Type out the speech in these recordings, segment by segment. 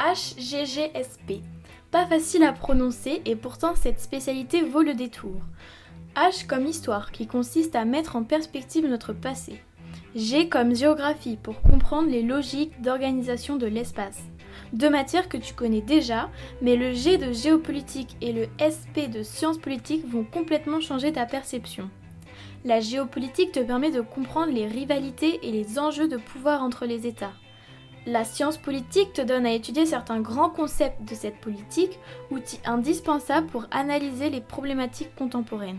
HGGSP. Pas facile à prononcer et pourtant cette spécialité vaut le détour. H comme histoire qui consiste à mettre en perspective notre passé. G comme géographie pour comprendre les logiques d'organisation de l'espace. Deux matières que tu connais déjà, mais le G de géopolitique et le SP de sciences politiques vont complètement changer ta perception. La géopolitique te permet de comprendre les rivalités et les enjeux de pouvoir entre les États. La science politique te donne à étudier certains grands concepts de cette politique, outil indispensable pour analyser les problématiques contemporaines.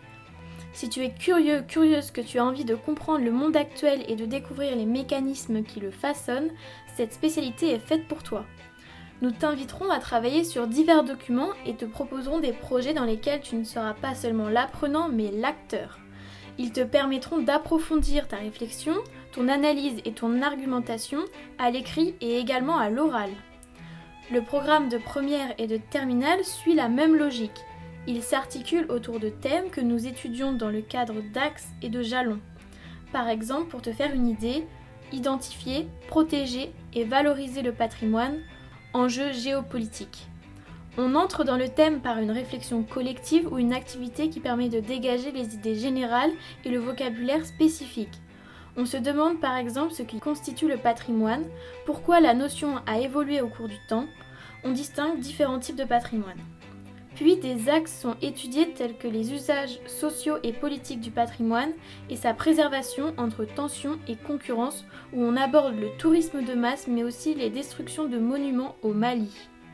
Si tu es curieuse, que tu as envie de comprendre le monde actuel et de découvrir les mécanismes qui le façonnent, cette spécialité est faite pour toi. Nous t'inviterons à travailler sur divers documents et te proposerons des projets dans lesquels tu ne seras pas seulement l'apprenant mais l'acteur. Ils te permettront d'approfondir ta réflexion, ton analyse et ton argumentation à l'écrit et également à l'oral. Le programme de première et de terminale suit la même logique. Il s'articule autour de thèmes que nous étudions dans le cadre d'axes et de jalons. Par exemple, pour te faire une idée, identifier, protéger et valoriser le patrimoine, enjeu géopolitique. On entre dans le thème par une réflexion collective ou une activité qui permet de dégager les idées générales et le vocabulaire spécifique. On se demande par exemple ce qui constitue le patrimoine, pourquoi la notion a évolué au cours du temps. On distingue différents types de patrimoine. Puis des axes sont étudiés tels que les usages sociaux et politiques du patrimoine et sa préservation entre tension et concurrence, où on aborde le tourisme de masse mais aussi les destructions de monuments au Mali.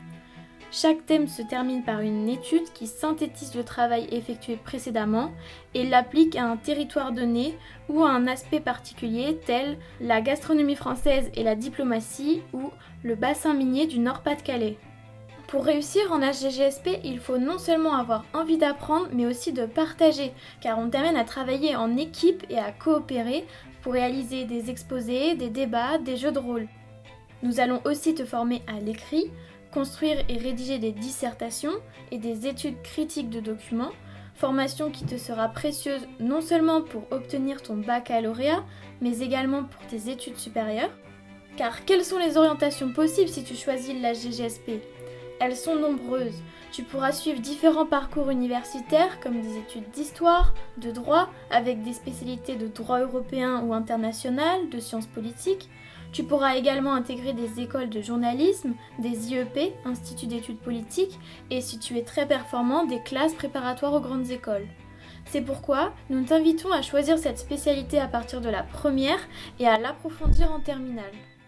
Chaque thème se termine par une étude qui synthétise le travail effectué précédemment et l'applique à un territoire donné ou à un aspect particulier tel la gastronomie française et la diplomatie ou le bassin minier du Nord-Pas-de-Calais. Pour réussir en HGGSP, il faut non seulement avoir envie d'apprendre, mais aussi de partager, car on t'amène à travailler en équipe et à coopérer pour réaliser des exposés, des débats, des jeux de rôle. Nous allons aussi te former à l'écrit, construire et rédiger des dissertations et des études critiques de documents, formation qui te sera précieuse non seulement pour obtenir ton baccalauréat, mais également pour tes études supérieures. Car quelles sont les orientations possibles si tu choisis l'HGGSP ? Elles sont nombreuses. Tu pourras suivre différents parcours universitaires comme des études d'histoire, de droit, avec des spécialités de droit européen ou international, de sciences politiques. Tu pourras également intégrer des écoles de journalisme, des IEP, Instituts d'études politiques, et si tu es très performant, des classes préparatoires aux grandes écoles. C'est pourquoi nous t'invitons à choisir cette spécialité à partir de la première et à l'approfondir en terminale.